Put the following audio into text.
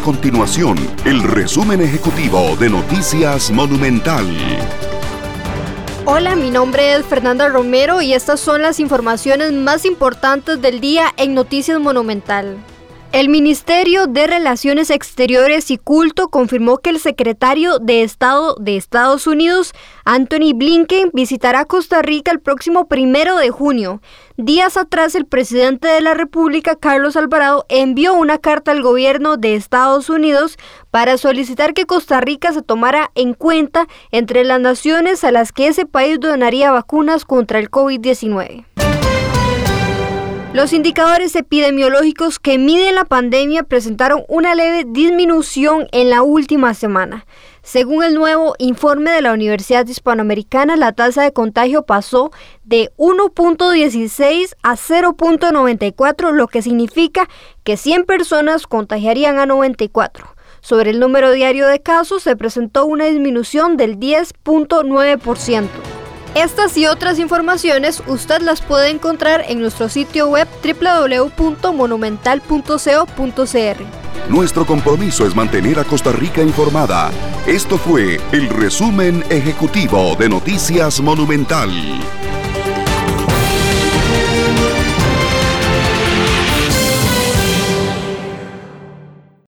continuación el resumen ejecutivo de Noticias Monumental. Hola, mi nombre es Fernanda Romero y estas son las informaciones más importantes del día en Noticias Monumental. El Ministerio de Relaciones Exteriores y Culto confirmó que el secretario de Estado de Estados Unidos, Antony Blinken, visitará Costa Rica el próximo 1 de junio. Días atrás, el presidente de la República, Carlos Alvarado, envió una carta al gobierno de Estados Unidos para solicitar que Costa Rica se tomara en cuenta entre las naciones a las que ese país donaría vacunas contra el COVID-19. Los indicadores epidemiológicos que miden la pandemia presentaron una leve disminución en la última semana. Según el nuevo informe de la Universidad Hispanoamericana, la tasa de contagio pasó de 1.16 a 0.94, lo que significa que 100 personas contagiarían a 94. Sobre el número diario de casos se presentó una disminución del 10.9%. Estas y otras informaciones usted las puede encontrar en nuestro sitio web www.monumental.co.cr. Nuestro compromiso es mantener a Costa Rica informada. Esto fue el resumen ejecutivo de Noticias Monumental.